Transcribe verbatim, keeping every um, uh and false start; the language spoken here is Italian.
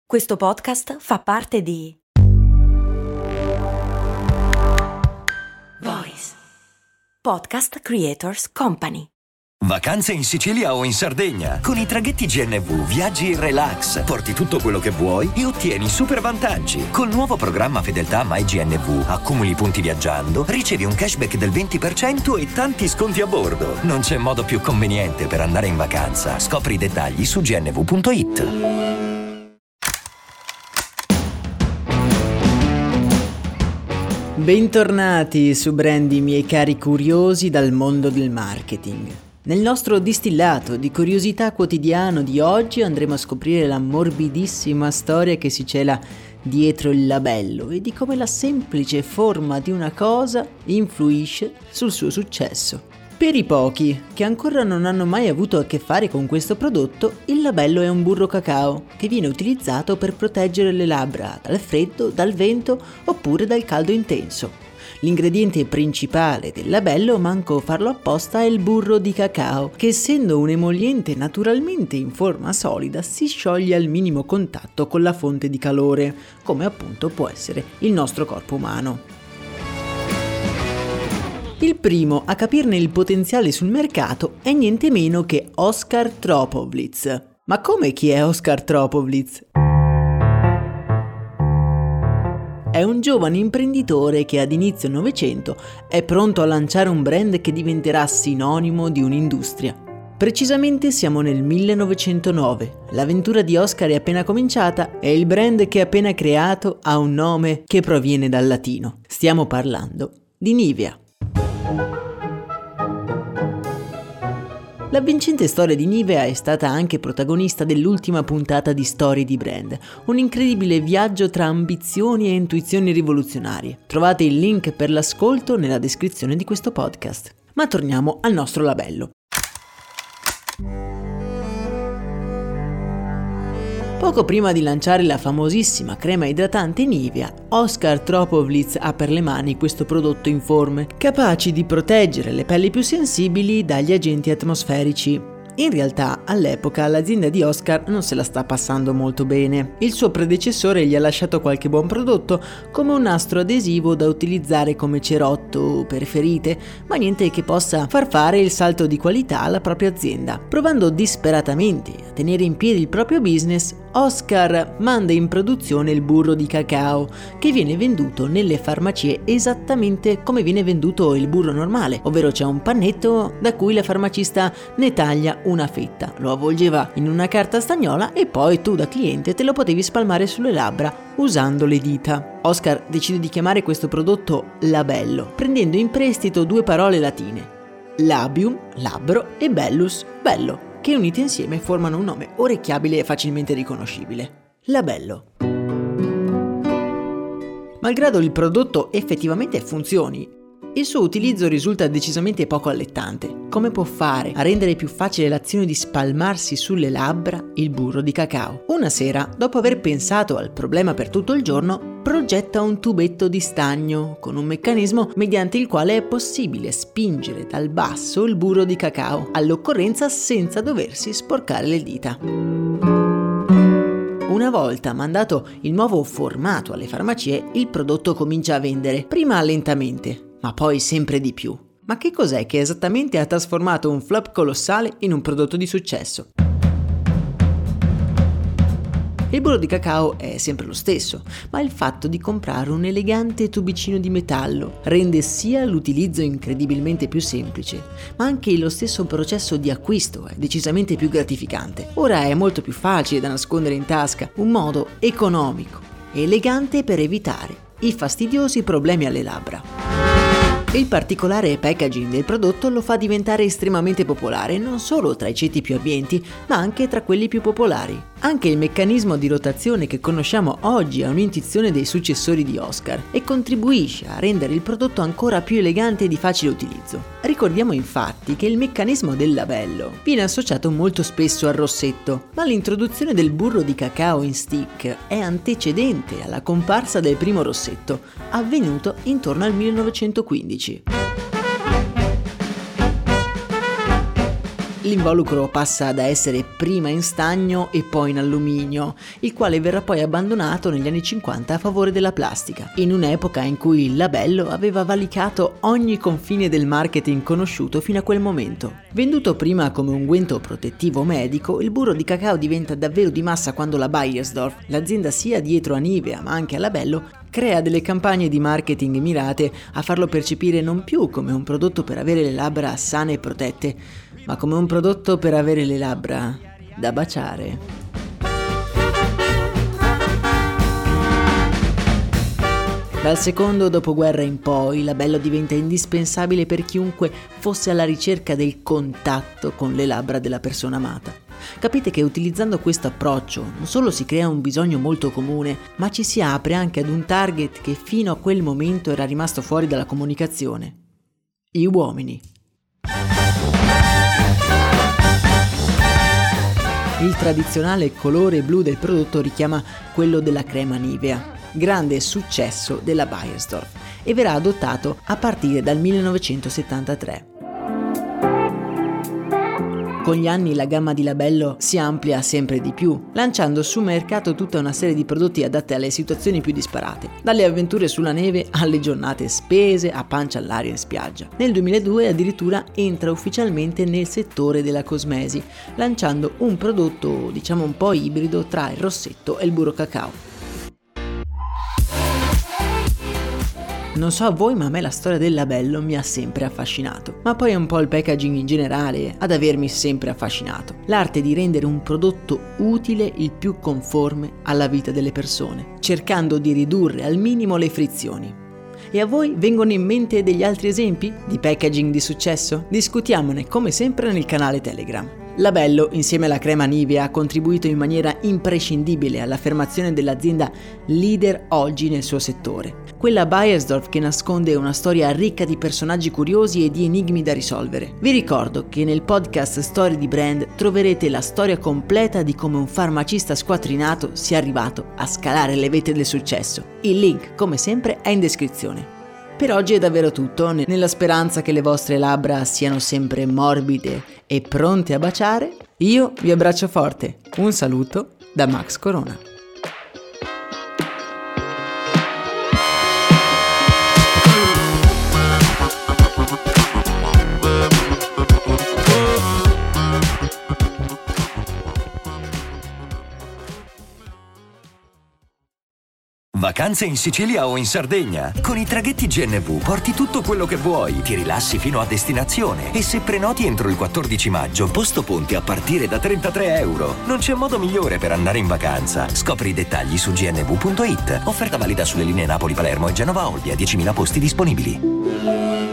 Questo podcast fa parte di Voice Podcast Creators Company. Vacanze in Sicilia o in Sardegna. Con i traghetti G N V viaggi in relax, porti tutto quello che vuoi e ottieni super vantaggi. Col nuovo programma Fedeltà MyGNV accumuli punti viaggiando, ricevi un cashback del venti per cento e tanti sconti a bordo. Non c'è modo più conveniente per andare in vacanza. Scopri i dettagli su g n v punto i t. Bentornati su Brandy, miei cari curiosi dal mondo del marketing. Nel nostro distillato di curiosità quotidiano di oggi andremo a scoprire la morbidissima storia che si cela dietro il labello e di come la semplice forma di una cosa influisce sul suo successo. Per i pochi che ancora non hanno mai avuto a che fare con questo prodotto, il labello è un burro cacao che viene utilizzato per proteggere le labbra dal freddo, dal vento oppure dal caldo intenso. L'ingrediente principale del labello, manco farlo apposta, è il burro di cacao, che essendo un emoliente naturalmente in forma solida si scioglie al minimo contatto con la fonte di calore, come appunto può essere il nostro corpo umano. Il primo a capirne il potenziale sul mercato è niente meno che Oskar Tropovlitz. Ma come, chi è Oskar Tropovlitz? È un giovane imprenditore che ad inizio Novecento è pronto a lanciare un brand che diventerà sinonimo di un'industria. Precisamente siamo nel millenovecentonove, l'avventura di Oskar è appena cominciata e il brand che ha appena creato ha un nome che proviene dal latino. Stiamo parlando di Nivea. L'avvincente storia di Nivea è stata anche protagonista dell'ultima puntata di Storie di Brand, un incredibile viaggio tra ambizioni e intuizioni rivoluzionarie. Trovate il link per l'ascolto nella descrizione di questo podcast. Ma torniamo al nostro labello. Poco prima di lanciare la famosissima crema idratante Nivea, Oskar Tropovlitz ha per le mani questo prodotto informe, capaci di proteggere le pelli più sensibili dagli agenti atmosferici. In realtà, all'epoca, l'azienda di Oskar non se la sta passando molto bene. Il suo predecessore gli ha lasciato qualche buon prodotto, come un nastro adesivo da utilizzare come cerotto per ferite, ma niente che possa far fare il salto di qualità alla propria azienda. Provando disperatamente a tenere in piedi il proprio business, Oskar manda in produzione il burro di cacao, che viene venduto nelle farmacie esattamente come viene venduto il burro normale, ovvero c'è un pannetto da cui la farmacista ne taglia una fetta, lo avvolgeva in una carta stagnola e poi tu da cliente te lo potevi spalmare sulle labbra usando le dita. Oskar decide di chiamare questo prodotto labello, prendendo in prestito due parole latine: labium, labbro, e bellus, bello, che uniti insieme formano un nome orecchiabile e facilmente riconoscibile: labello. Malgrado il prodotto effettivamente funzioni, il suo utilizzo risulta decisamente poco allettante. Come può fare a rendere più facile l'azione di spalmarsi sulle labbra il burro di cacao? Una sera, dopo aver pensato al problema per tutto il giorno, progetta un tubetto di stagno con un meccanismo mediante il quale è possibile spingere dal basso il burro di cacao, all'occorrenza senza doversi sporcare le dita. Una volta mandato il nuovo formato alle farmacie, il prodotto comincia a vendere, prima lentamente, ma poi sempre di più. Ma che cos'è che esattamente ha trasformato un flop colossale in un prodotto di successo? Il burro di cacao è sempre lo stesso, ma il fatto di comprare un elegante tubicino di metallo rende sia l'utilizzo incredibilmente più semplice, ma anche lo stesso processo di acquisto è decisamente più gratificante. Ora è molto più facile da nascondere in tasca, un modo economico e elegante per evitare i fastidiosi problemi alle labbra. Il particolare packaging del prodotto lo fa diventare estremamente popolare non solo tra i ceti più abbienti, ma anche tra quelli più popolari. Anche il meccanismo di rotazione che conosciamo oggi è un'intuizione dei successori di Oskar e contribuisce a rendere il prodotto ancora più elegante e di facile utilizzo. Ricordiamo infatti che il meccanismo del labello viene associato molto spesso al rossetto, ma l'introduzione del burro di cacao in stick è antecedente alla comparsa del primo rossetto, avvenuto intorno al millenovecentoquindici. L'involucro passa da essere prima in stagno e poi in alluminio, il quale verrà poi abbandonato negli anni cinquanta a favore della plastica, in un'epoca in cui il labello aveva valicato ogni confine del marketing conosciuto fino a quel momento. Venduto prima come unguento protettivo medico, il burro di cacao diventa davvero di massa quando la Beiersdorf, l'azienda sia dietro a Nivea ma anche a Labello, crea delle campagne di marketing mirate a farlo percepire non più come un prodotto per avere le labbra sane e protette, ma come un prodotto per avere le labbra da baciare. Dal secondo dopoguerra in poi, Labello diventa indispensabile per chiunque fosse alla ricerca del contatto con le labbra della persona amata. Capite che utilizzando questo approccio non solo si crea un bisogno molto comune, ma ci si apre anche ad un target che fino a quel momento era rimasto fuori dalla comunicazione: gli uomini. Il tradizionale colore blu del prodotto richiama quello della crema Nivea, grande successo della Beiersdorf, e verrà adottato a partire dal millenovecentosettantatré. Con gli anni la gamma di Labello si amplia sempre di più, lanciando sul mercato tutta una serie di prodotti adatti alle situazioni più disparate, dalle avventure sulla neve alle giornate spese a pancia all'aria in spiaggia. Nel duemiladue addirittura entra ufficialmente nel settore della cosmesi, lanciando un prodotto diciamo un po' ibrido tra il rossetto e il burro cacao. Non so a voi, ma a me la storia del labello mi ha sempre affascinato. Ma poi è un po' il packaging in generale ad avermi sempre affascinato. L'arte di rendere un prodotto utile il più conforme alla vita delle persone, cercando di ridurre al minimo le frizioni. E a voi vengono in mente degli altri esempi di packaging di successo? Discutiamone come sempre nel canale Telegram. Labello, insieme alla crema Nivea, ha contribuito in maniera imprescindibile all'affermazione dell'azienda leader oggi nel suo settore. Quella Beiersdorf che nasconde una storia ricca di personaggi curiosi e di enigmi da risolvere. Vi ricordo che nel podcast Storie di Brand troverete la storia completa di come un farmacista squattrinato sia arrivato a scalare le vette del successo. Il link, come sempre, è in descrizione. Per oggi è davvero tutto, nella speranza che le vostre labbra siano sempre morbide e pronte a baciare. Io vi abbraccio forte. Un saluto da Max Corona. Vacanze in Sicilia o in Sardegna. Con i traghetti G N V porti tutto quello che vuoi, ti rilassi fino a destinazione e se prenoti entro il quattordici maggio, posto ponti a partire da trentatré euro. Non c'è modo migliore per andare in vacanza. Scopri i dettagli su g n v punto i t. Offerta valida sulle linee Napoli-Palermo e Genova-Olbia, diecimila posti disponibili.